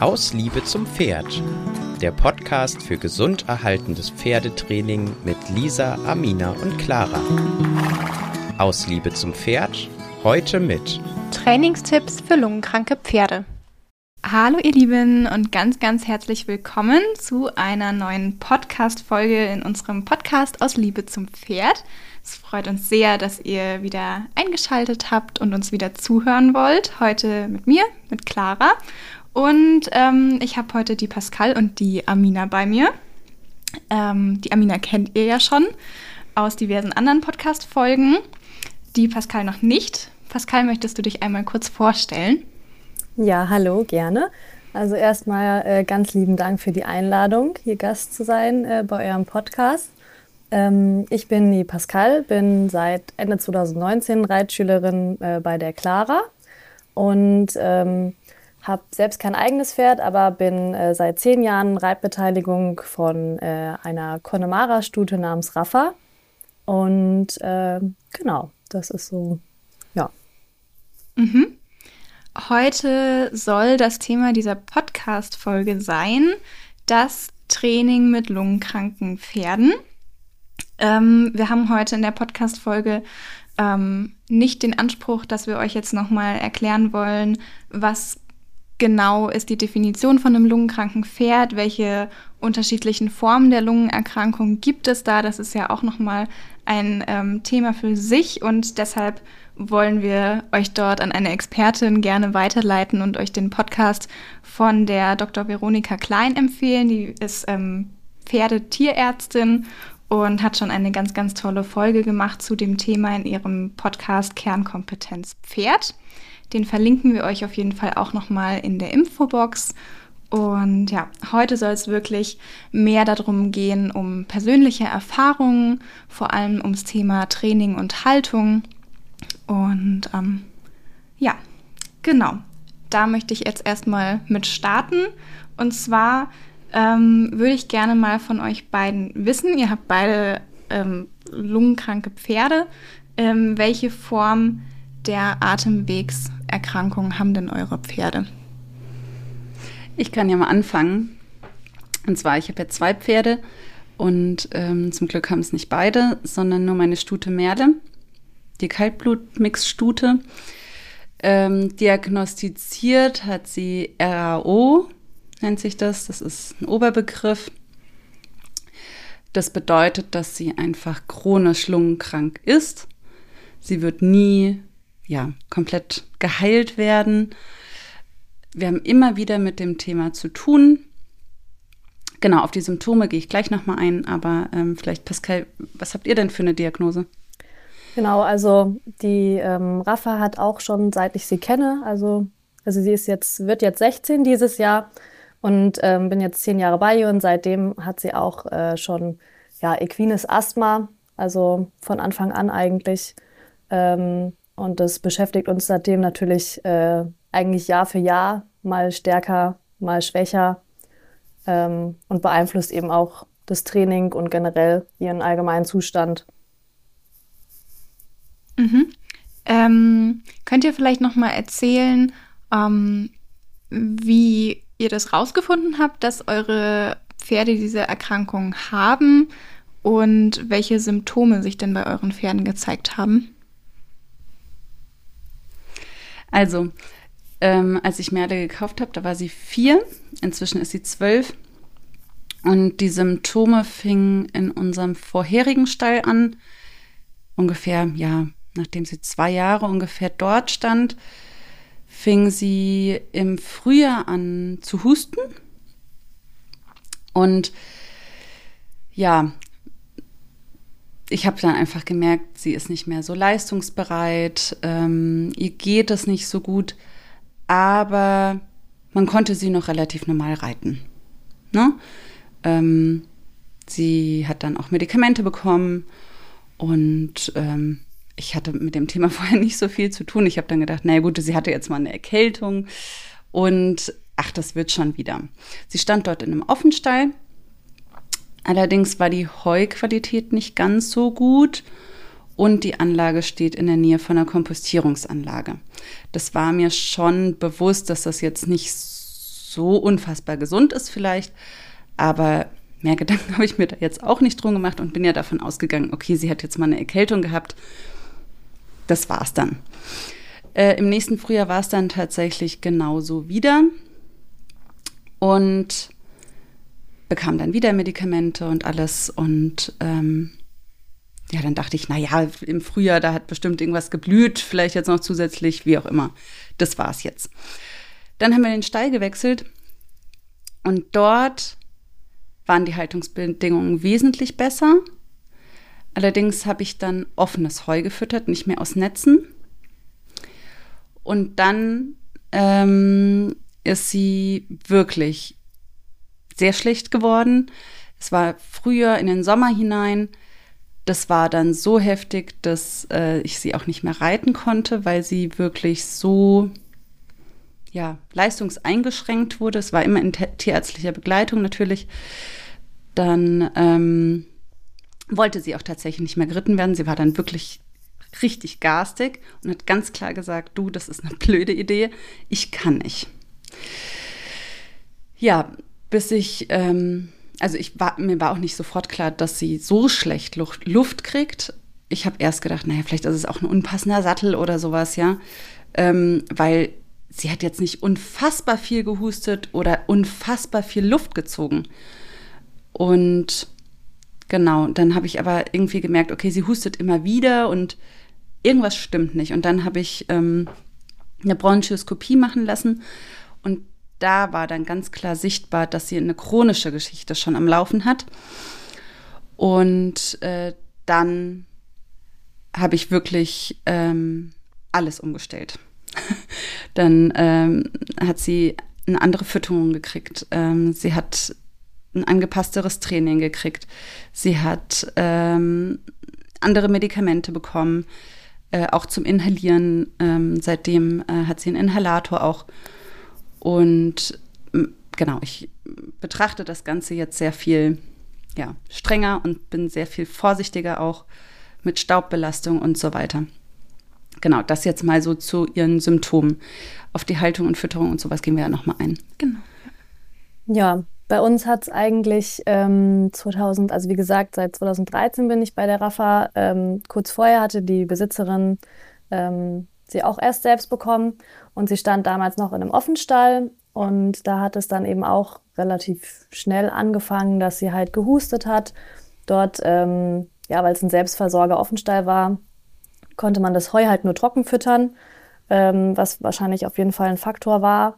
Aus Liebe zum Pferd, der Podcast für gesund erhaltendes Pferdetraining mit Lisa, Amina und Clara. Aus Liebe zum Pferd, heute mit Trainingstipps für lungenkranke Pferde. Hallo ihr Lieben und ganz, ganz herzlich willkommen zu einer neuen Podcast-Folge in unserem Podcast Aus Liebe zum Pferd. Es freut uns sehr, dass ihr wieder eingeschaltet habt und uns wieder zuhören wollt. Heute mit mir, mit Clara. Und ich habe heute die Pascal und die Amina bei mir. Die Amina kennt ihr ja schon aus diversen anderen Podcast-Folgen. Die Pascal noch nicht. Pascal, möchtest du dich einmal kurz vorstellen? Ja, hallo, gerne. Also erstmal ganz lieben Dank für die Einladung, hier Gast zu sein bei eurem Podcast. Ich bin die Pascal, bin seit Ende 2019 Reitschülerin bei der Clara und habe selbst kein eigenes Pferd, aber bin seit 10 Jahren Reitbeteiligung von einer Connemara-Stute namens Rafa. Und genau, das ist so, ja. Mhm. Heute soll das Thema dieser Podcast-Folge sein, das Training mit lungenkranken Pferden. Wir haben heute in der Podcast-Folge nicht den Anspruch, dass wir euch jetzt nochmal erklären wollen, was genau ist die Definition von einem lungenkranken Pferd, welche unterschiedlichen Formen der Lungenerkrankung gibt es da. Das ist ja auch nochmal ein Thema für sich und deshalb wollen wir euch dort an eine Expertin gerne weiterleiten und euch den Podcast von der Dr. Veronika Klein empfehlen. Die ist Pferdetierärztin und hat schon eine ganz, ganz tolle Folge gemacht zu dem Thema in ihrem Podcast Kernkompetenz Pferd. Den verlinken wir euch auf jeden Fall auch nochmal in der Infobox. Und ja, heute soll es wirklich mehr darum gehen, um persönliche Erfahrungen, vor allem ums Thema Training und Haltung. Und ja, genau, da möchte ich jetzt erstmal mit starten. Und zwar würde ich gerne mal von euch beiden wissen, ihr habt beide lungenkranke Pferde. Welche Form der Atemwegserkrankung haben denn eure Pferde? Ich kann ja mal anfangen. Und zwar, ich habe ja 2 Pferde und zum Glück haben es nicht beide, sondern nur meine Stute Merle, die Kaltblutmixstute. Diagnostiziert hat sie RAO, nennt sich das. Das ist ein Oberbegriff. Das bedeutet, dass sie einfach chronisch lungenkrank ist. Sie wird nie komplett geheilt werden. Wir haben immer wieder mit dem Thema zu tun. Genau, auf die Symptome gehe ich gleich nochmal ein, aber vielleicht, Pascal, was habt ihr denn für eine Diagnose? Genau, also die Rafa hat auch schon, seit ich sie kenne, also sie wird jetzt 16 dieses Jahr und bin jetzt 10 Jahre bei ihr und seitdem hat sie auch schon equines Asthma, also von Anfang an eigentlich. Und das beschäftigt uns seitdem natürlich eigentlich Jahr für Jahr, mal stärker, mal schwächer und beeinflusst eben auch das Training und generell ihren allgemeinen Zustand. Mhm. Könnt ihr vielleicht nochmal erzählen, wie ihr das rausgefunden habt, dass eure Pferde diese Erkrankung haben und welche Symptome sich denn bei euren Pferden gezeigt haben? Also, als ich Merle gekauft habe, da war sie 4, inzwischen ist sie 12 und die Symptome fingen in unserem vorherigen Stall an, ungefähr, nachdem sie 2 Jahre ungefähr dort stand, fing sie im Frühjahr an zu husten und ich habe dann einfach gemerkt, sie ist nicht mehr so leistungsbereit, ihr geht es nicht so gut, aber man konnte sie noch relativ normal reiten. Ne? Sie hat dann auch Medikamente bekommen und ich hatte mit dem Thema vorher nicht so viel zu tun. Ich habe dann gedacht, naja gut, sie hatte jetzt mal eine Erkältung und das wird schon wieder. Sie stand dort in einem Offenstall. Allerdings war die Heuqualität nicht ganz so gut und die Anlage steht in der Nähe von einer Kompostierungsanlage. Das war mir schon bewusst, dass das jetzt nicht so unfassbar gesund ist vielleicht, aber mehr Gedanken habe ich mir da jetzt auch nicht drum gemacht und bin ja davon ausgegangen, okay, sie hat jetzt mal eine Erkältung gehabt. Das war's dann. Im nächsten Frühjahr war es dann tatsächlich genauso wieder und bekam dann wieder Medikamente und alles. Und ja, dann dachte ich, naja, im Frühjahr, da hat bestimmt irgendwas geblüht, vielleicht jetzt noch zusätzlich, wie auch immer. Das war's jetzt. Dann haben wir den Stall gewechselt und dort waren die Haltungsbedingungen wesentlich besser. Allerdings habe ich dann offenes Heu gefüttert, nicht mehr aus Netzen. Und dann ist sie wirklich sehr schlecht geworden. Es war früher in den Sommer hinein. Das war dann so heftig, dass ich sie auch nicht mehr reiten konnte, weil sie wirklich so leistungseingeschränkt wurde. Es war immer in tierärztlicher Begleitung natürlich. Dann wollte sie auch tatsächlich nicht mehr geritten werden. Sie war dann wirklich richtig garstig und hat ganz klar gesagt, du, das ist eine blöde Idee, ich kann nicht. Ja, bis ich, mir war auch nicht sofort klar, dass sie so schlecht Luft kriegt. Ich habe erst gedacht, naja, vielleicht ist es auch ein unpassender Sattel oder sowas, ja, weil sie hat jetzt nicht unfassbar viel gehustet oder unfassbar viel Luft gezogen. Und genau, dann habe ich aber irgendwie gemerkt, okay, sie hustet immer wieder und irgendwas stimmt nicht. Und dann habe ich eine Bronchioskopie machen lassen und da war dann ganz klar sichtbar, dass sie eine chronische Geschichte schon am Laufen hat. Und dann habe ich wirklich alles umgestellt. Dann hat sie eine andere Fütterung gekriegt. Sie hat ein angepassteres Training gekriegt. Sie hat andere Medikamente bekommen, auch zum Inhalieren. Seitdem hat sie einen Inhalator auch. Und genau, ich betrachte das Ganze jetzt sehr viel strenger und bin sehr viel vorsichtiger auch mit Staubbelastung und so weiter. Genau, das jetzt mal so zu ihren Symptomen. Auf die Haltung und Fütterung und sowas gehen wir ja nochmal ein. Genau. Ja, bei uns hat es eigentlich also wie gesagt, seit 2013 bin ich bei der Rafa. Kurz vorher hatte die Besitzerin sie auch erst selbst bekommen und sie stand damals noch in einem Offenstall und da hat es dann eben auch relativ schnell angefangen, dass sie halt gehustet hat. Dort, weil es ein Selbstversorger-Offenstall war, konnte man das Heu halt nur trocken füttern, was wahrscheinlich auf jeden Fall ein Faktor war.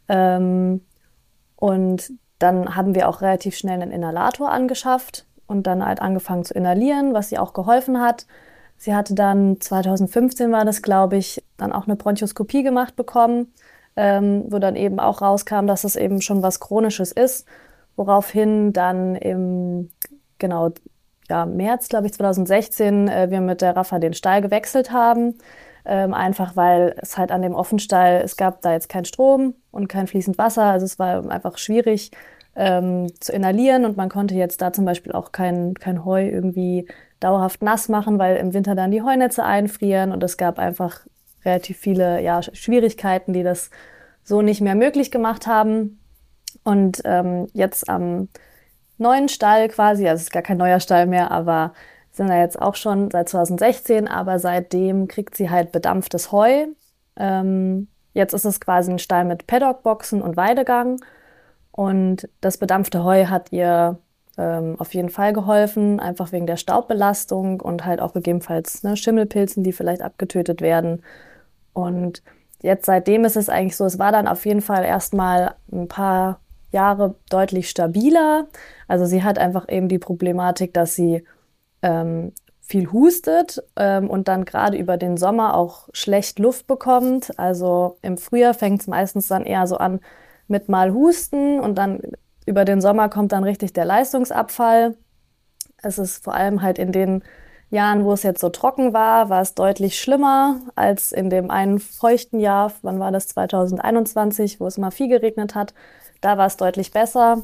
Und dann haben wir auch relativ schnell einen Inhalator angeschafft und dann halt angefangen zu inhalieren, was ihr auch geholfen hat. Sie hatte dann, 2015 war das, glaube ich, dann auch eine Bronchioskopie gemacht bekommen, wo dann eben auch rauskam, dass es eben schon was Chronisches ist, woraufhin dann im März, glaube ich, 2016 wir mit der Rafa den Stall gewechselt haben. Einfach weil es halt an dem Offenstall, es gab da jetzt keinen Strom und kein fließend Wasser, also es war einfach schwierig zu inhalieren und man konnte jetzt da zum Beispiel auch kein Heu irgendwie dauerhaft nass machen, weil im Winter dann die Heunetze einfrieren und es gab einfach relativ viele Schwierigkeiten, die das so nicht mehr möglich gemacht haben. Und jetzt am neuen Stall quasi, also es ist gar kein neuer Stall mehr, aber sind wir jetzt auch schon seit 2016, aber seitdem kriegt sie halt bedampftes Heu. Jetzt ist es quasi ein Stall mit Paddockboxen und Weidegang und das bedampfte Heu hat ihr auf jeden Fall geholfen, einfach wegen der Staubbelastung und halt auch gegebenenfalls Schimmelpilzen, die vielleicht abgetötet werden. Und jetzt seitdem ist es eigentlich so, es war dann auf jeden Fall erstmal ein paar Jahre deutlich stabiler. Also sie hat einfach eben die Problematik, dass sie viel hustet und dann gerade über den Sommer auch schlecht Luft bekommt. Also im Frühjahr fängt es meistens dann eher so an mit mal Husten und dann über den Sommer kommt dann richtig der Leistungsabfall. Es ist vor allem halt in den Jahren, wo es jetzt so trocken war, war es deutlich schlimmer als in dem einen feuchten Jahr. Wann war das? 2021, wo es mal viel geregnet hat. Da war es deutlich besser.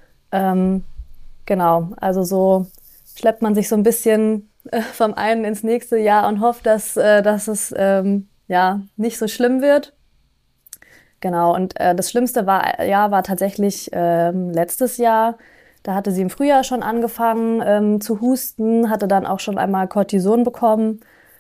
Genau, also so schleppt man sich so ein bisschen vom einen ins nächste Jahr und hofft, dass es nicht so schlimm wird. Genau, und das Schlimmste war tatsächlich letztes Jahr. Da hatte sie im Frühjahr schon angefangen zu husten, hatte dann auch schon einmal Cortison bekommen.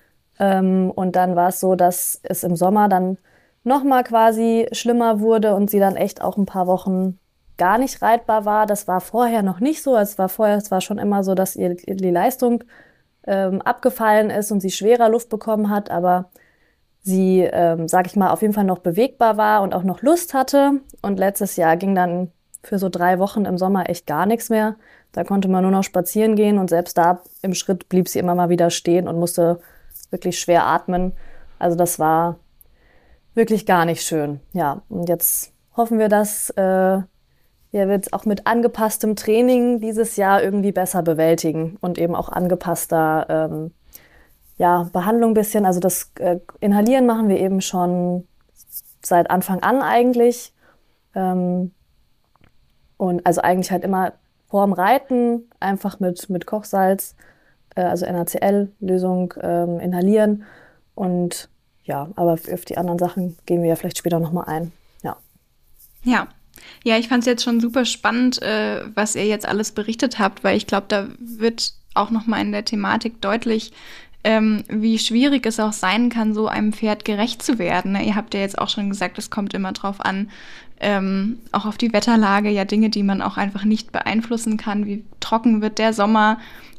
Und dann war es so, dass es im Sommer dann nochmal quasi schlimmer wurde und sie dann echt auch ein paar Wochen gar nicht reitbar war. Das war vorher noch nicht so. Es war schon immer so, dass ihr die Leistung abgefallen ist und sie schwerer Luft bekommen hat, aber sie, sag ich mal, auf jeden Fall noch bewegbar war und auch noch Lust hatte. Und letztes Jahr ging dann für so 3 Wochen im Sommer echt gar nichts mehr. Da konnte man nur noch spazieren gehen und selbst da im Schritt blieb sie immer mal wieder stehen und musste wirklich schwer atmen. Also das war wirklich gar nicht schön. Ja, und jetzt hoffen wir, dass wir es auch mit angepasstem Training dieses Jahr irgendwie besser bewältigen und eben auch angepasster Behandlung ein bisschen. Also das Inhalieren machen wir eben schon seit Anfang an eigentlich. Und also eigentlich halt immer vorm Reiten einfach mit Kochsalz, also NaCl-Lösung inhalieren. Und ja, aber auf die anderen Sachen gehen wir ja vielleicht später nochmal ein. Ja. Ja, ich fand es jetzt schon super spannend, was ihr jetzt alles berichtet habt, weil ich glaube, da wird auch nochmal in der Thematik deutlich, wie schwierig es auch sein kann, so einem Pferd gerecht zu werden. Ihr habt ja jetzt auch schon gesagt, es kommt immer drauf an, auch auf die Wetterlage, ja Dinge, die man auch einfach nicht beeinflussen kann. Wie trocken wird der Sommer?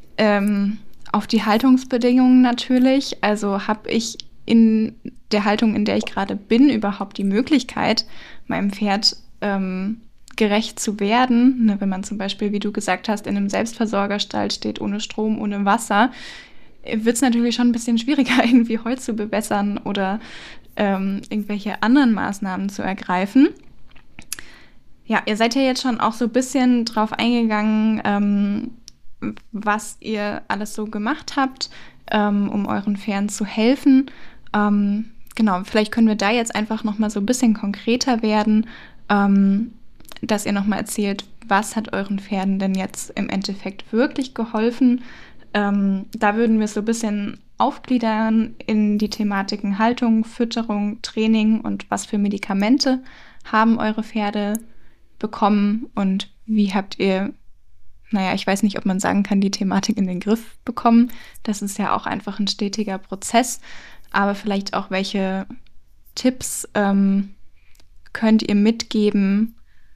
Auf die Haltungsbedingungen natürlich. Also habe ich in der Haltung, in der ich gerade bin, überhaupt die Möglichkeit, meinem Pferd gerecht zu werden. Ne, wenn man zum Beispiel, wie du gesagt hast, in einem Selbstversorgerstall steht, ohne Strom, ohne Wasser, wird es natürlich schon ein bisschen schwieriger, irgendwie Heu zu bewässern oder irgendwelche anderen Maßnahmen zu ergreifen. Ja, ihr seid ja jetzt schon auch so ein bisschen drauf eingegangen, was ihr alles so gemacht habt, um euren Pferden zu helfen. Genau, vielleicht können wir da jetzt einfach noch mal so ein bisschen konkreter werden, dass ihr noch mal erzählt, was hat euren Pferden denn jetzt im Endeffekt wirklich geholfen. Da würden wir es so ein bisschen aufgliedern in die Thematiken Haltung, Fütterung, Training und was für Medikamente haben eure Pferde bekommen und wie habt ihr, naja, ich weiß nicht, ob man sagen kann, die Thematik in den Griff bekommen. Das ist ja auch einfach ein stetiger Prozess, aber vielleicht auch welche Tipps könnt ihr mitgeben,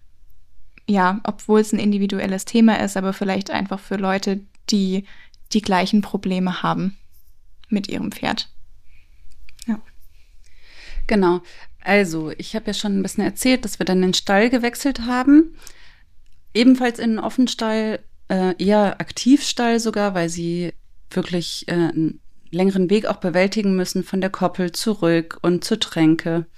ja, obwohl es ein individuelles Thema ist, aber vielleicht einfach für Leute, die die gleichen Probleme haben mit ihrem Pferd. Ja. Genau. Also, ich habe ja schon ein bisschen erzählt, dass wir dann den Stall gewechselt haben. Ebenfalls in einen Offenstall, eher Aktivstall sogar, weil sie wirklich einen längeren Weg auch bewältigen müssen, von der Koppel zurück und zur Tränke.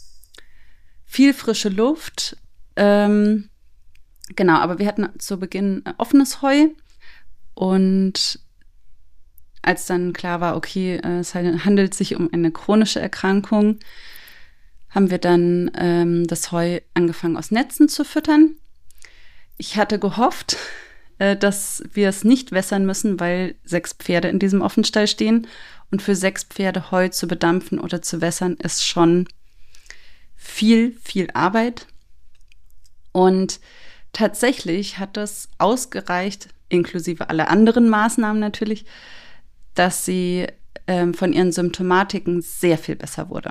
Viel frische Luft. Genau, aber wir hatten zu Beginn offenes Heu. Und als dann klar war, okay, es handelt sich um eine chronische Erkrankung, haben wir dann das Heu angefangen aus Netzen zu füttern. Ich hatte gehofft, dass wir es nicht wässern müssen, weil 6 Pferde in diesem Offenstall stehen. Und für 6 Pferde Heu zu bedampfen oder zu wässern, ist schon viel, viel Arbeit. Und tatsächlich hat es ausgereicht, inklusive aller anderen Maßnahmen natürlich, dass sie von ihren Symptomatiken sehr viel besser wurde.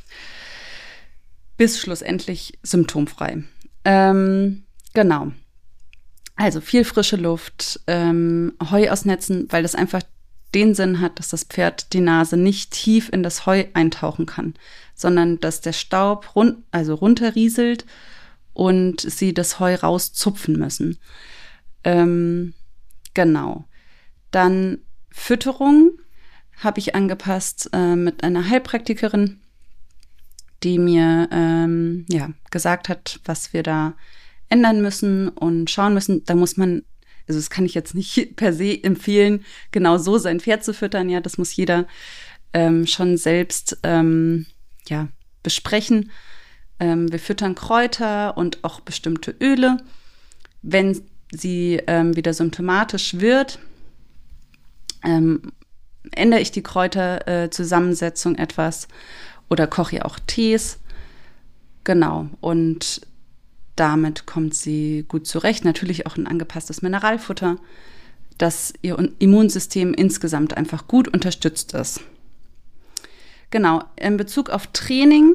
Bis schlussendlich symptomfrei. Genau. Also viel frische Luft, Heu aus Netzen, weil das einfach den Sinn hat, dass das Pferd die Nase nicht tief in das Heu eintauchen kann, sondern dass der Staub runterrieselt und sie das Heu rauszupfen müssen. Genau. Dann Fütterung habe ich angepasst mit einer Heilpraktikerin, die mir gesagt hat, was wir da ändern müssen und schauen müssen. Da muss man, also das kann ich jetzt nicht per se empfehlen, genau so sein Pferd zu füttern. Ja, das muss jeder schon selbst besprechen. Wir füttern Kräuter und auch bestimmte Öle. Wenn sie wieder symptomatisch wird, ändere ich die Kräuterzusammensetzung etwas oder koche ihr auch Tees. Genau, und damit kommt sie gut zurecht. Natürlich auch ein angepasstes Mineralfutter, dass ihr Immunsystem insgesamt einfach gut unterstützt ist. Genau, in Bezug auf Training,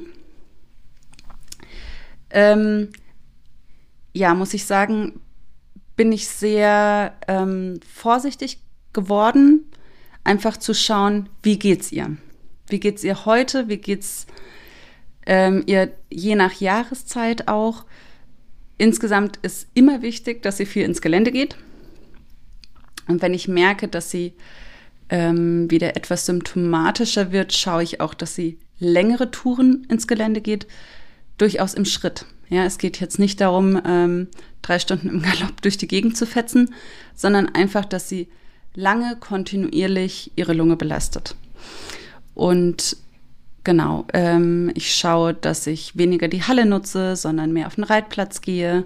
muss ich sagen, bin ich sehr vorsichtig geworden, einfach zu schauen, wie geht's ihr? Wie geht's ihr heute? Wie geht's ihr je nach Jahreszeit auch? Insgesamt ist immer wichtig, dass sie viel ins Gelände geht. Und wenn ich merke, dass sie wieder etwas symptomatischer wird, schaue ich auch, dass sie längere Touren ins Gelände geht, durchaus im Schritt. Ja, es geht jetzt nicht darum, 3 Stunden im Galopp durch die Gegend zu fetzen, sondern einfach, dass sie lange kontinuierlich ihre Lunge belastet. Und genau, ich schaue, dass ich weniger die Halle nutze, sondern mehr auf den Reitplatz gehe.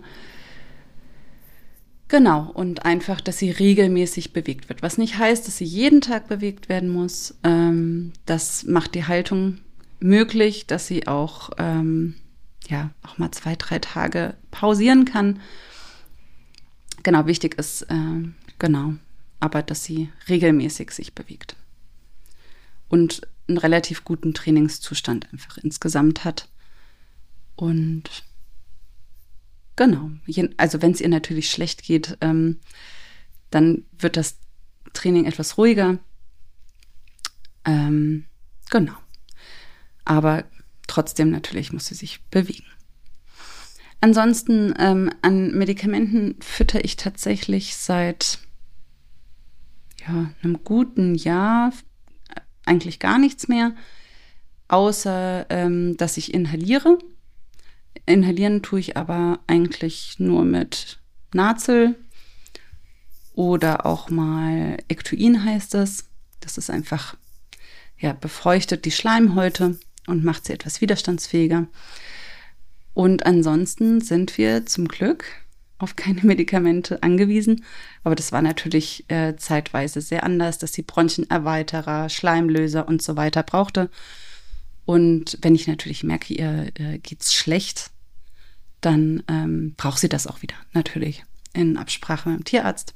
Genau, und einfach, dass sie regelmäßig bewegt wird. Was nicht heißt, dass sie jeden Tag bewegt werden muss. Das macht die Haltung möglich, dass sie auch, auch mal 2, 3 Tage pausieren kann. Genau, wichtig ist, aber dass sie regelmäßig sich bewegt. Und einen relativ guten Trainingszustand einfach insgesamt hat. Und genau, also wenn es ihr natürlich schlecht geht, dann wird das Training etwas ruhiger. Genau. Aber trotzdem natürlich muss sie sich bewegen. Ansonsten an Medikamenten fütter ich tatsächlich seit einem guten Jahr eigentlich gar nichts mehr, außer dass ich inhaliere. Inhalieren tue ich aber eigentlich nur mit Nazel oder auch mal Ectoin heißt es. Das ist einfach, befeuchtet die Schleimhäute und macht sie etwas widerstandsfähiger. Und ansonsten sind wir zum Glück auf keine Medikamente angewiesen. Aber das war natürlich zeitweise sehr anders, dass sie Bronchenerweiterer, Schleimlöser und so weiter brauchte. Und wenn ich natürlich merke, ihr geht's schlecht, dann braucht sie das auch wieder, natürlich, in Absprache mit dem Tierarzt.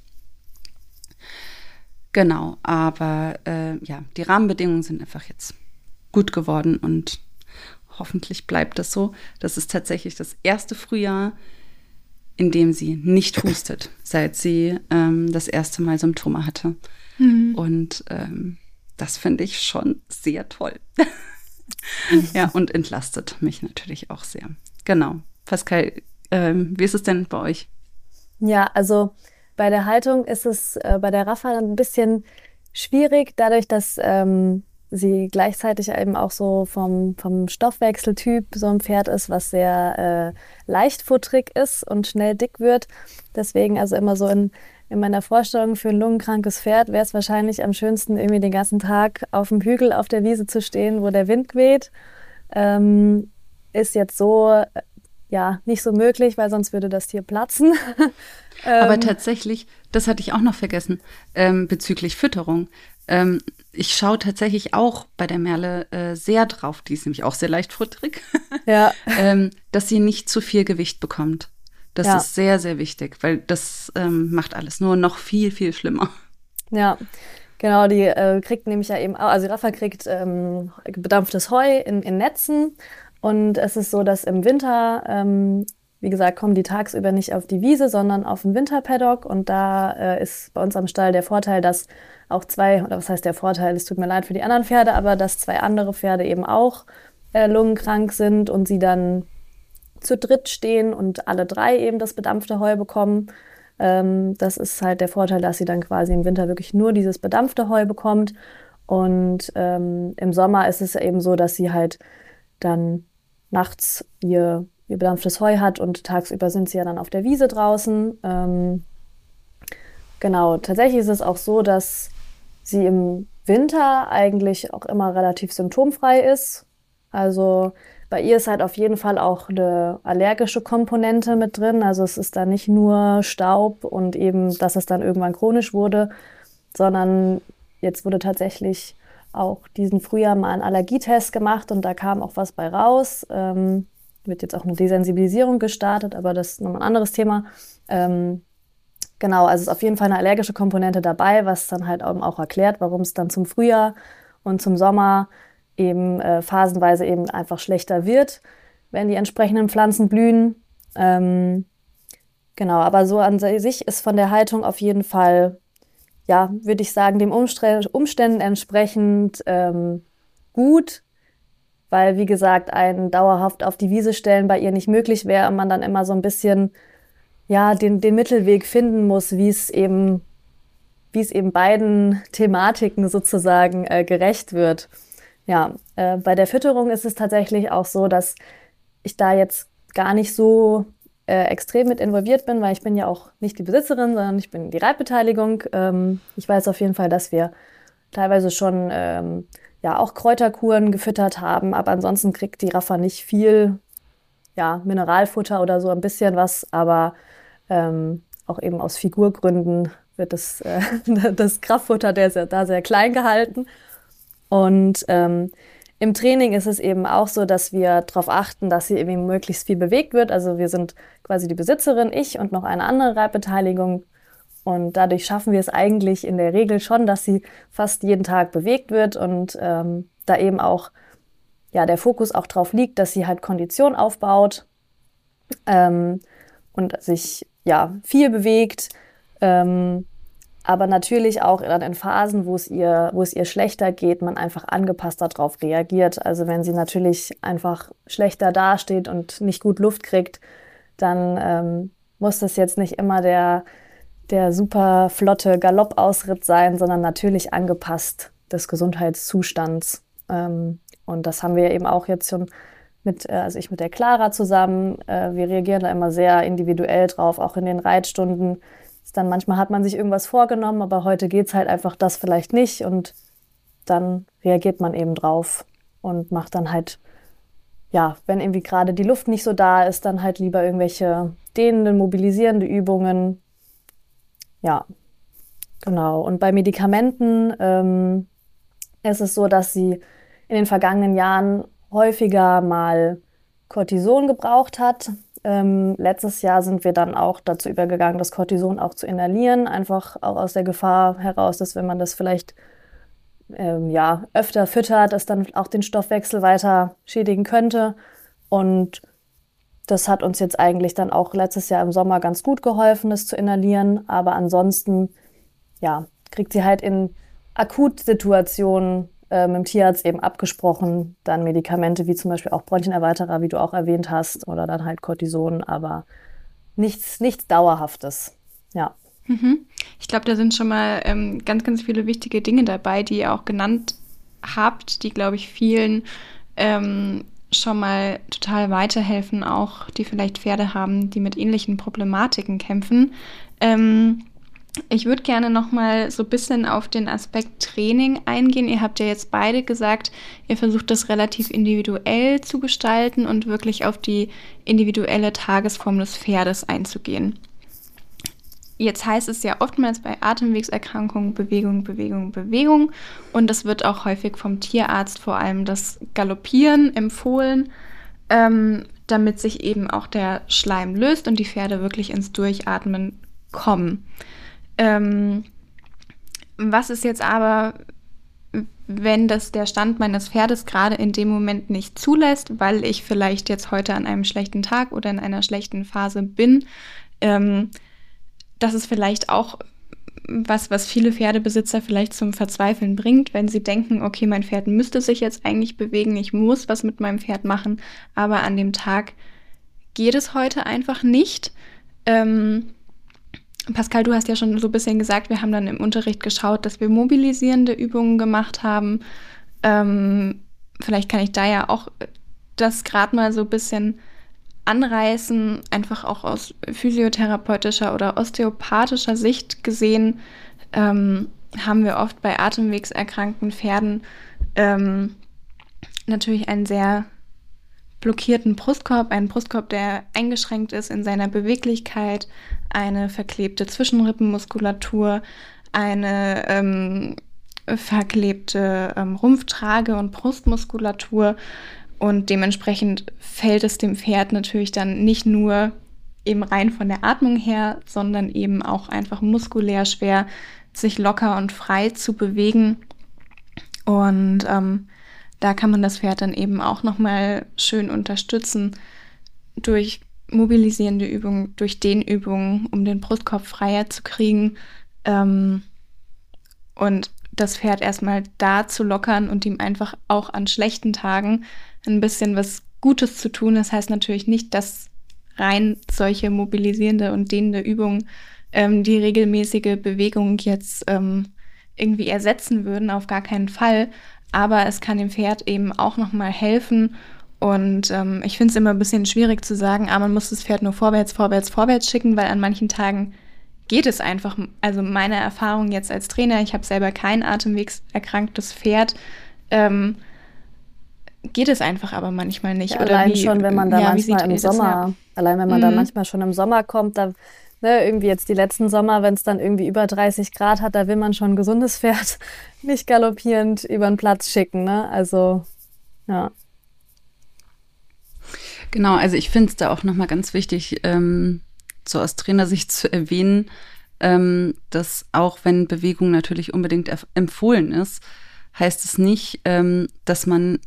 Genau, aber die Rahmenbedingungen sind einfach jetzt gut geworden und hoffentlich bleibt das so. Das ist tatsächlich das erste Frühjahr, in dem sie nicht hustet, seit sie das erste Mal Symptome hatte. Mhm. Und das finde ich schon sehr toll. Ja, und entlastet mich natürlich auch sehr. Genau. Pascal, wie ist es denn bei euch? Ja, also bei der Haltung ist es bei der Rafa ein bisschen schwierig, dadurch, dass sie gleichzeitig eben auch so vom Stoffwechseltyp so ein Pferd ist, was sehr leichtfutterig ist und schnell dick wird. Deswegen also immer so in meiner Vorstellung für ein lungenkrankes Pferd wäre es wahrscheinlich am schönsten, irgendwie den ganzen Tag auf dem Hügel auf der Wiese zu stehen, wo der Wind weht. Ist jetzt so nicht so möglich, weil sonst würde das Tier platzen. Aber tatsächlich, das hatte ich auch noch vergessen, bezüglich Fütterung. Ich schaue tatsächlich auch bei der Merle sehr drauf, die ist nämlich auch sehr leichtfutterig, dass sie nicht zu viel Gewicht bekommt. Das ist sehr, sehr wichtig, weil das macht alles nur noch viel, viel schlimmer. Ja, genau, die kriegt nämlich ja eben auch, also die Rafa kriegt bedampftes Heu in Netzen. Und es ist so, dass im Winter, wie gesagt, kommen die tagsüber nicht auf die Wiese, sondern auf den Winterpaddock. Und da ist bei uns am Stall der Vorteil, dass auch was heißt der Vorteil, es tut mir leid für die anderen Pferde, aber dass 2 andere Pferde eben auch lungenkrank sind und sie dann zu dritt stehen und alle 3 eben das bedampfte Heu bekommen. Das ist halt der Vorteil, dass sie dann quasi im Winter wirklich nur dieses bedampfte Heu bekommt. Und im Sommer ist es eben so, dass sie halt dann nachts ihr bedampftes Heu hat und tagsüber sind sie ja dann auf der Wiese draußen. Genau, tatsächlich ist es auch so, dass sie im Winter eigentlich auch immer relativ symptomfrei ist. Also bei ihr ist halt auf jeden Fall auch eine allergische Komponente mit drin. Also es ist da nicht nur Staub und eben, dass es dann irgendwann chronisch wurde, sondern jetzt wurde tatsächlich auch diesen Frühjahr mal einen Allergietest gemacht und da kam auch was bei raus. wird jetzt auch eine Desensibilisierung gestartet, aber das ist nochmal ein anderes Thema. Genau, also ist auf jeden Fall eine allergische Komponente dabei, was dann halt auch erklärt, warum es dann zum Frühjahr und zum Sommer eben phasenweise eben einfach schlechter wird, wenn die entsprechenden Pflanzen blühen. Genau, aber so an sich ist von der Haltung auf jeden Fall, ja, würde ich sagen, dem Umständen entsprechend gut, weil, wie gesagt, ein dauerhaft auf die Wiese stellen bei ihr nicht möglich wäre und man dann immer so ein bisschen, ja, den Mittelweg finden muss, wie es eben beiden Thematiken sozusagen gerecht wird. Ja, bei der Fütterung ist es tatsächlich auch so, dass ich da jetzt gar nicht so extrem mit involviert bin, weil ich bin ja auch nicht die Besitzerin, sondern ich bin die Reitbeteiligung. Ich weiß auf jeden Fall, dass wir teilweise schon ja auch Kräuterkuren gefüttert haben, aber ansonsten kriegt die Raffa nicht viel, ja, Mineralfutter oder so ein bisschen was, aber auch eben aus Figurgründen wird das Kraftfutter da sehr klein gehalten. Und im Training ist es eben auch so, dass wir darauf achten, dass sie eben möglichst viel bewegt wird. Also wir sind quasi die Besitzerin, ich und noch eine andere Reitbeteiligung. Und dadurch schaffen wir es eigentlich in der Regel schon, dass sie fast jeden Tag bewegt wird und da eben auch ja, der Fokus auch drauf liegt, dass sie halt Kondition aufbaut und sich ja viel bewegt. Aber natürlich auch dann in Phasen, wo es ihr schlechter geht, man einfach angepasst darauf reagiert. Also wenn sie natürlich einfach schlechter dasteht und nicht gut Luft kriegt, dann muss das jetzt nicht immer der super flotte Galoppausritt sein, sondern natürlich angepasst des Gesundheitszustands. Und das haben wir eben auch jetzt schon also ich mit der Clara zusammen. Wir reagieren da immer sehr individuell drauf, auch in den Reitstunden. Dann manchmal hat man sich irgendwas vorgenommen, aber heute geht's halt einfach das vielleicht nicht und dann reagiert man eben drauf und macht dann halt, ja, wenn irgendwie gerade die Luft nicht so da ist, dann halt lieber irgendwelche dehnende, mobilisierende Übungen. Ja, genau. Und bei Medikamenten ist es so, dass sie in den vergangenen Jahren häufiger mal Cortison gebraucht hat. Letztes Jahr sind wir dann auch dazu übergegangen, das Cortison auch zu inhalieren, einfach auch aus der Gefahr heraus, dass wenn man das vielleicht ja, öfter füttert, das dann auch den Stoffwechsel weiter schädigen könnte. Und das hat uns jetzt eigentlich dann auch letztes Jahr im Sommer ganz gut geholfen, das zu inhalieren. Aber ansonsten, ja, kriegt sie halt in Akutsituationen mit dem Tierarzt eben abgesprochen, dann Medikamente wie zum Beispiel auch Bronchienerweiterer, wie du auch erwähnt hast, oder dann halt Cortison, aber nichts Dauerhaftes, ja. Ich glaube, da sind schon mal ganz, ganz viele wichtige Dinge dabei, die ihr auch genannt habt, die, glaube ich, vielen schon mal total weiterhelfen, auch die vielleicht Pferde haben, die mit ähnlichen Problematiken kämpfen. Ich würde gerne noch mal so ein bisschen auf den Aspekt Training eingehen. Ihr habt ja jetzt beide gesagt, ihr versucht das relativ individuell zu gestalten und wirklich auf die individuelle Tagesform des Pferdes einzugehen. Jetzt heißt es ja oftmals bei Atemwegserkrankungen Bewegung, Bewegung, Bewegung. Und das wird auch häufig vom Tierarzt vor allem das Galoppieren empfohlen, damit sich eben auch der Schleim löst und die Pferde wirklich ins Durchatmen kommen. Was ist jetzt aber, wenn das der Stand meines Pferdes gerade in dem Moment nicht zulässt, weil ich vielleicht jetzt heute an einem schlechten Tag oder in einer schlechten Phase bin? Das ist vielleicht auch was viele Pferdebesitzer vielleicht zum Verzweifeln bringt, wenn sie denken, okay, mein Pferd müsste sich jetzt eigentlich bewegen, ich muss was mit meinem Pferd machen, aber an dem Tag geht es heute einfach nicht. Pascal, du hast ja schon so ein bisschen gesagt, wir haben dann im Unterricht geschaut, dass wir mobilisierende Übungen gemacht haben. Vielleicht kann ich da ja auch das gerade mal so ein bisschen anreißen, einfach auch aus physiotherapeutischer oder osteopathischer Sicht gesehen, haben wir oft bei atemwegserkrankten Pferden natürlich einen sehr blockierten Brustkorb, einen Brustkorb, der eingeschränkt ist in seiner Beweglichkeit, eine verklebte Zwischenrippenmuskulatur, eine verklebte Rumpftrage- und Brustmuskulatur. Und dementsprechend fällt es dem Pferd natürlich dann nicht nur eben rein von der Atmung her, sondern eben auch einfach muskulär schwer, sich locker und frei zu bewegen. Und da kann man das Pferd dann eben auch nochmal schön unterstützen durch mobilisierende Übungen, durch Dehnübungen, um den Brustkorb freier zu kriegen. Und das Pferd erstmal da zu lockern und ihm einfach auch an schlechten Tagen ein bisschen was Gutes zu tun. Das heißt natürlich nicht, dass rein solche mobilisierende und dehnende Übungen die regelmäßige Bewegung jetzt irgendwie ersetzen würden, auf gar keinen Fall. Aber es kann dem Pferd eben auch nochmal helfen. Und ich finde es immer ein bisschen schwierig zu sagen, man muss das Pferd nur vorwärts, vorwärts, vorwärts schicken, weil an manchen Tagen geht es einfach. Also meine Erfahrung jetzt als Trainer, ich habe selber kein atemwegserkranktes Pferd, geht es einfach aber manchmal nicht. Ja, allein schon, wenn man da manchmal im Sommer, allein wenn man da manchmal schon im Sommer kommt, da irgendwie jetzt die letzten Sommer, wenn es dann irgendwie über 30 Grad hat, da will man schon ein gesundes Pferd nicht galoppierend über den Platz schicken, ne? Also, ja. Genau, also ich finde es da auch nochmal ganz wichtig, so aus Trainersicht zu erwähnen, dass auch wenn Bewegung natürlich unbedingt empfohlen ist, heißt es nicht, dass man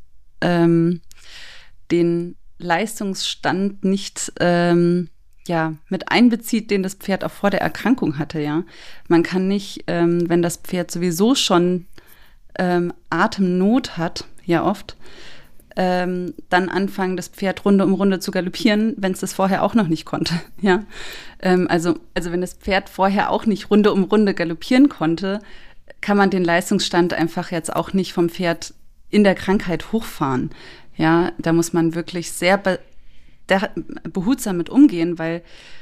den Leistungsstand nicht mit einbezieht, den das Pferd auch vor der Erkrankung hatte, ja. Man kann nicht, wenn das Pferd sowieso schon Atemnot hat, ja oft, dann anfangen, das Pferd Runde um Runde zu galoppieren, wenn es das vorher auch noch nicht konnte, ja. Also wenn das Pferd vorher auch nicht Runde um Runde galoppieren konnte, kann man den Leistungsstand einfach jetzt auch nicht vom Pferd in der Krankheit hochfahren, ja. Da muss man wirklich sehr behutsam mit umgehen, weil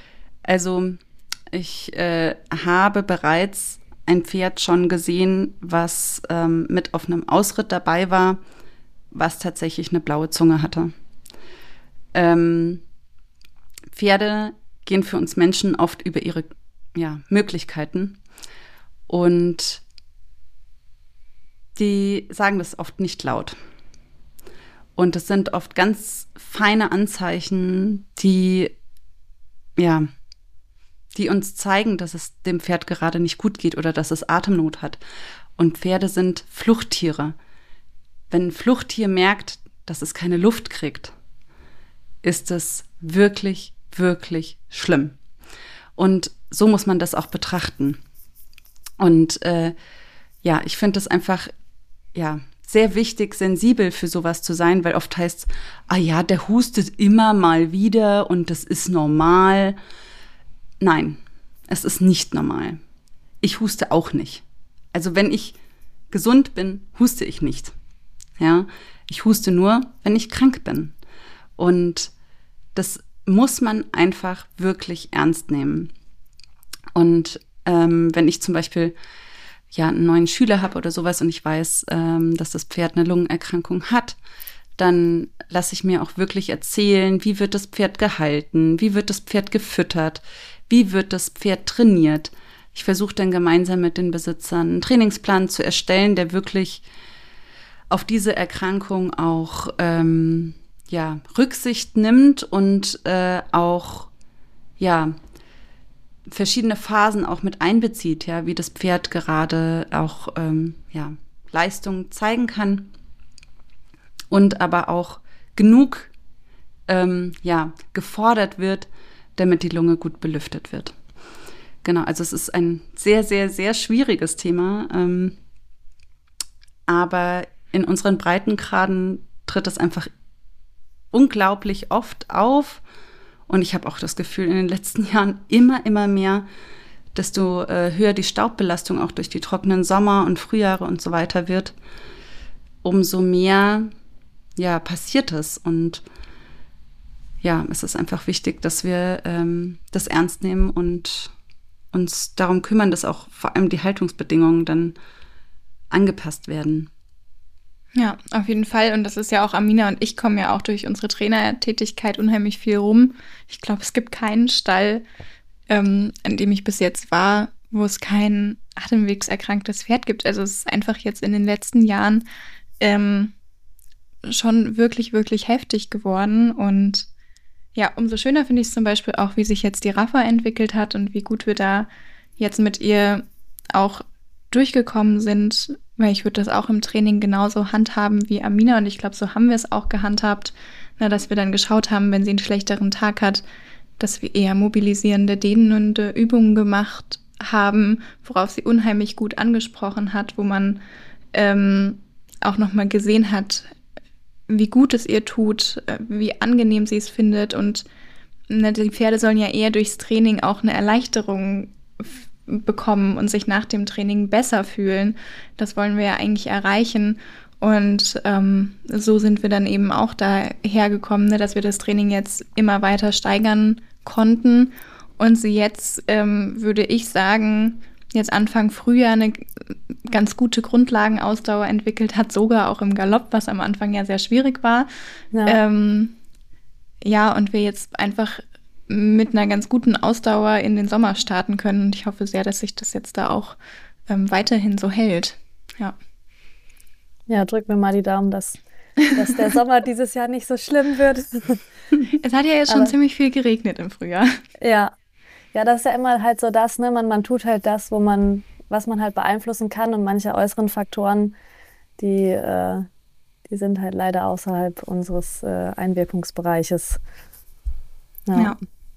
ich habe bereits ein Pferd schon gesehen, was mit auf einem Ausritt dabei war, was tatsächlich eine blaue Zunge hatte. Pferde gehen für uns Menschen oft über ihre Möglichkeiten und die sagen das oft nicht laut. Und es sind oft ganz feine Anzeichen, die uns zeigen, dass es dem Pferd gerade nicht gut geht oder dass es Atemnot hat. Und Pferde sind Fluchttiere. Wenn ein Fluchttier merkt, dass es keine Luft kriegt, ist es wirklich, wirklich schlimm. Und so muss man das auch betrachten. Und ich finde es einfach, sehr wichtig, sensibel für sowas zu sein, weil oft heißt es, der hustet immer mal wieder und das ist normal. Nein, es ist nicht normal. Ich huste auch nicht. Also wenn ich gesund bin, huste ich nicht. Ja, ich huste nur, wenn ich krank bin. Und das muss man einfach wirklich ernst nehmen. Und wenn ich zum Beispiel einen neuen Schüler habe oder sowas und ich weiß, dass das Pferd eine Lungenerkrankung hat, dann lasse ich mir auch wirklich erzählen, wie wird das Pferd gehalten, wie wird das Pferd gefüttert, wie wird das Pferd trainiert. Ich versuche dann gemeinsam mit den Besitzern einen Trainingsplan zu erstellen, der wirklich auf diese Erkrankung auch Rücksicht nimmt und auch verschiedene Phasen auch mit einbezieht, ja, wie das Pferd gerade auch Leistung zeigen kann und aber auch genug gefordert wird, damit die Lunge gut belüftet wird. Genau, also es ist ein sehr, sehr, sehr schwieriges Thema, aber in unseren Breitengraden tritt es einfach unglaublich oft auf. Und ich habe auch das Gefühl, in den letzten Jahren immer mehr, desto höher die Staubbelastung auch durch die trockenen Sommer und Frühjahre und so weiter wird, umso mehr passiert es. Und es ist einfach wichtig, dass wir das ernst nehmen und uns darum kümmern, dass auch vor allem die Haltungsbedingungen dann angepasst werden. Ja, auf jeden Fall. Und das ist ja auch, Amina und ich kommen ja auch durch unsere Trainertätigkeit unheimlich viel rum. Ich glaube, es gibt keinen Stall, an dem ich bis jetzt war, wo es kein atemwegserkranktes Pferd gibt. Also es ist einfach jetzt in den letzten Jahren schon wirklich, wirklich heftig geworden. Und ja, umso schöner finde ich es zum Beispiel auch, wie sich jetzt die Rafa entwickelt hat und wie gut wir da jetzt mit ihr auch durchgekommen sind, weil ich würde das auch im Training genauso handhaben wie Amina und ich glaube, so haben wir es auch gehandhabt, dass wir dann geschaut haben, wenn sie einen schlechteren Tag hat, dass wir eher mobilisierende, dehnende Übungen gemacht haben, worauf sie unheimlich gut angesprochen hat, wo man auch nochmal gesehen hat, wie gut es ihr tut, wie angenehm sie es findet und die Pferde sollen ja eher durchs Training auch eine Erleichterung bekommen und sich nach dem Training besser fühlen. Das wollen wir ja eigentlich erreichen. Und so sind wir dann eben auch dahergekommen, dass wir das Training jetzt immer weiter steigern konnten. Und sie jetzt, würde ich sagen, jetzt Anfang Frühjahr eine ganz gute Grundlagenausdauer entwickelt hat, sogar auch im Galopp, was am Anfang ja sehr schwierig war. Ja, und wir jetzt einfach mit einer ganz guten Ausdauer in den Sommer starten können. Und ich hoffe sehr, dass sich das jetzt da auch weiterhin so hält. Ja. Ja, drück mir mal die Daumen, dass der Sommer dieses Jahr nicht so schlimm wird. Es hat ja jetzt schon ziemlich viel geregnet im Frühjahr. Ja. Ja, das ist ja immer halt so das, ne? Man tut halt das, was man halt beeinflussen kann und manche äußeren Faktoren, die sind halt leider außerhalb unseres Einwirkungsbereiches. Ja.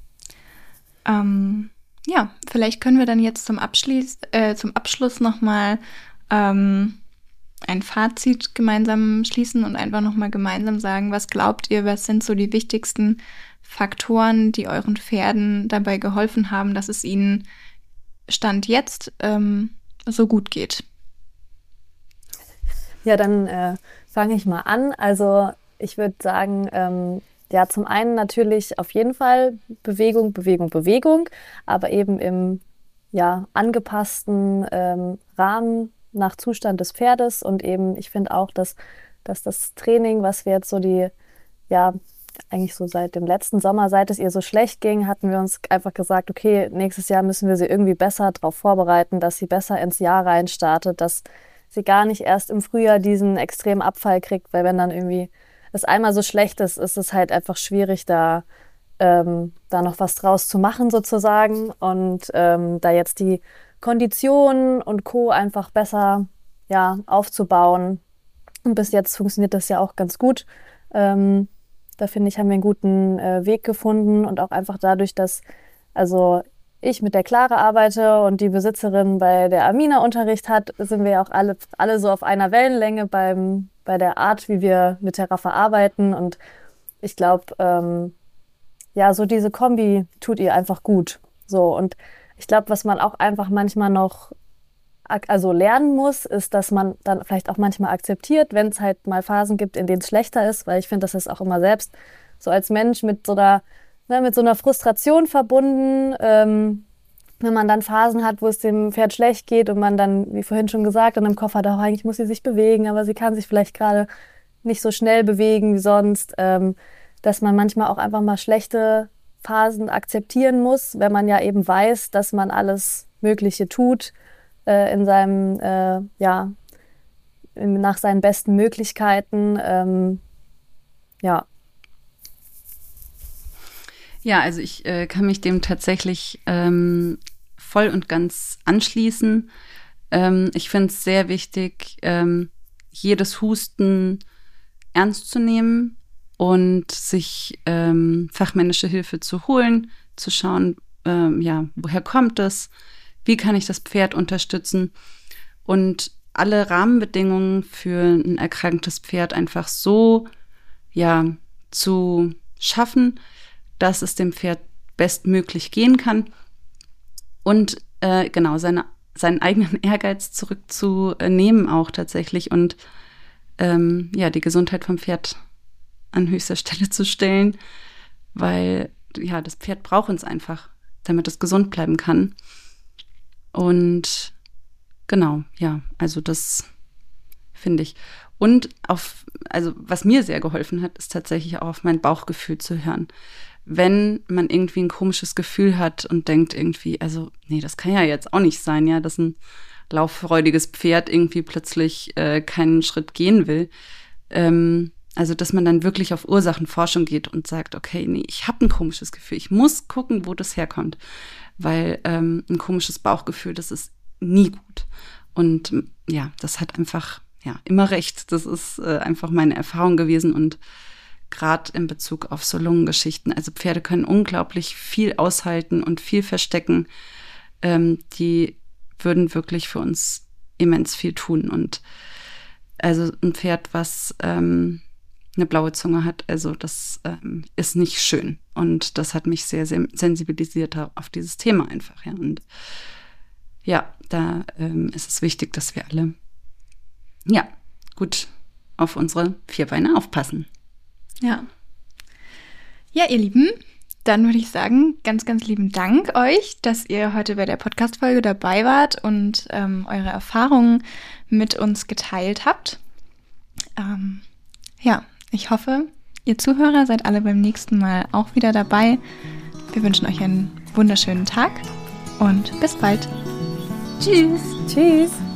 Ja, vielleicht können wir dann jetzt zum Abschluss nochmal ein Fazit gemeinsam schließen und einfach nochmal gemeinsam sagen, was glaubt ihr, was sind so die wichtigsten Faktoren, die euren Pferden dabei geholfen haben, dass es ihnen Stand jetzt so gut geht? Ja, dann fange ich mal an. Also ich würde sagen, ja, zum einen natürlich auf jeden Fall Bewegung, aber eben im angepassten Rahmen nach Zustand des Pferdes und eben, ich finde auch, dass das Training, was wir jetzt so eigentlich so seit dem letzten Sommer, seit es ihr so schlecht ging, hatten wir uns einfach gesagt, okay, nächstes Jahr müssen wir sie irgendwie besser darauf vorbereiten, dass sie besser ins Jahr rein startet, dass sie gar nicht erst im Frühjahr diesen extremen Abfall kriegt, weil wenn dann irgendwie das einmal so schlecht ist, ist es halt einfach schwierig, da noch was draus zu machen sozusagen und da jetzt die Konditionen und Co. einfach besser aufzubauen. Und bis jetzt funktioniert das ja auch ganz gut. Da finde ich, haben wir einen guten Weg gefunden und auch einfach dadurch, dass ich mit der Clara arbeite und die Besitzerin bei der Amina Unterricht hat, sind wir ja auch alle so auf einer Wellenlänge bei der Art, wie wir mit der Rafa arbeiten. Und ich glaube, so diese Kombi tut ihr einfach gut. So, und ich glaube, was man auch einfach manchmal noch lernen muss, ist, dass man dann vielleicht auch manchmal akzeptiert, wenn es halt mal Phasen gibt, in denen es schlechter ist, weil ich finde, das ist auch immer selbst so als Mensch mit so einer Frustration verbunden, wenn man dann Phasen hat, wo es dem Pferd schlecht geht und man dann, wie vorhin schon gesagt, dann im Kopf hat, eigentlich muss sie sich bewegen, aber sie kann sich vielleicht gerade nicht so schnell bewegen wie sonst, dass man manchmal auch einfach mal schlechte Phasen akzeptieren muss, wenn man ja eben weiß, dass man alles Mögliche tut in seinem, nach seinen besten Möglichkeiten, Ja, also ich kann mich dem tatsächlich voll und ganz anschließen. Ich finde es sehr wichtig, jedes Husten ernst zu nehmen und sich fachmännische Hilfe zu holen, zu schauen, woher kommt es, wie kann ich das Pferd unterstützen und alle Rahmenbedingungen für ein erkranktes Pferd einfach so zu schaffen, dass es dem Pferd bestmöglich gehen kann und seinen eigenen Ehrgeiz zurückzunehmen auch tatsächlich und die Gesundheit vom Pferd an höchster Stelle zu stellen, weil das Pferd braucht uns einfach, damit es gesund bleiben kann. Und also das finde ich. Und was mir sehr geholfen hat, ist tatsächlich auch auf mein Bauchgefühl zu hören. Wenn man irgendwie ein komisches Gefühl hat und denkt irgendwie, das kann ja jetzt auch nicht sein, dass ein lauffreudiges Pferd irgendwie plötzlich keinen Schritt gehen will, Also, dass man dann wirklich auf Ursachenforschung geht und sagt, okay, nee, ich habe ein komisches Gefühl. Ich muss gucken, wo das herkommt. Weil ein komisches Bauchgefühl, das ist nie gut. Und ja, das hat einfach immer recht. Das ist einfach meine Erfahrung gewesen. Und gerade in Bezug auf so Lungengeschichten. Also Pferde können unglaublich viel aushalten und viel verstecken. Die würden wirklich für uns immens viel tun. Und also ein Pferd, was eine blaue Zunge hat, also das ist nicht schön. Und das hat mich sehr, sehr sensibilisiert auf dieses Thema einfach. Ja. Und ja, da ist es wichtig, dass wir alle gut auf unsere Vierbeine aufpassen. Ja. Ja, ihr Lieben, dann würde ich sagen, ganz, ganz lieben Dank euch, dass ihr heute bei der Podcast-Folge dabei wart und eure Erfahrungen mit uns geteilt habt. Ich hoffe, ihr Zuhörer seid alle beim nächsten Mal auch wieder dabei. Wir wünschen euch einen wunderschönen Tag und bis bald. Tschüss. Tschüss.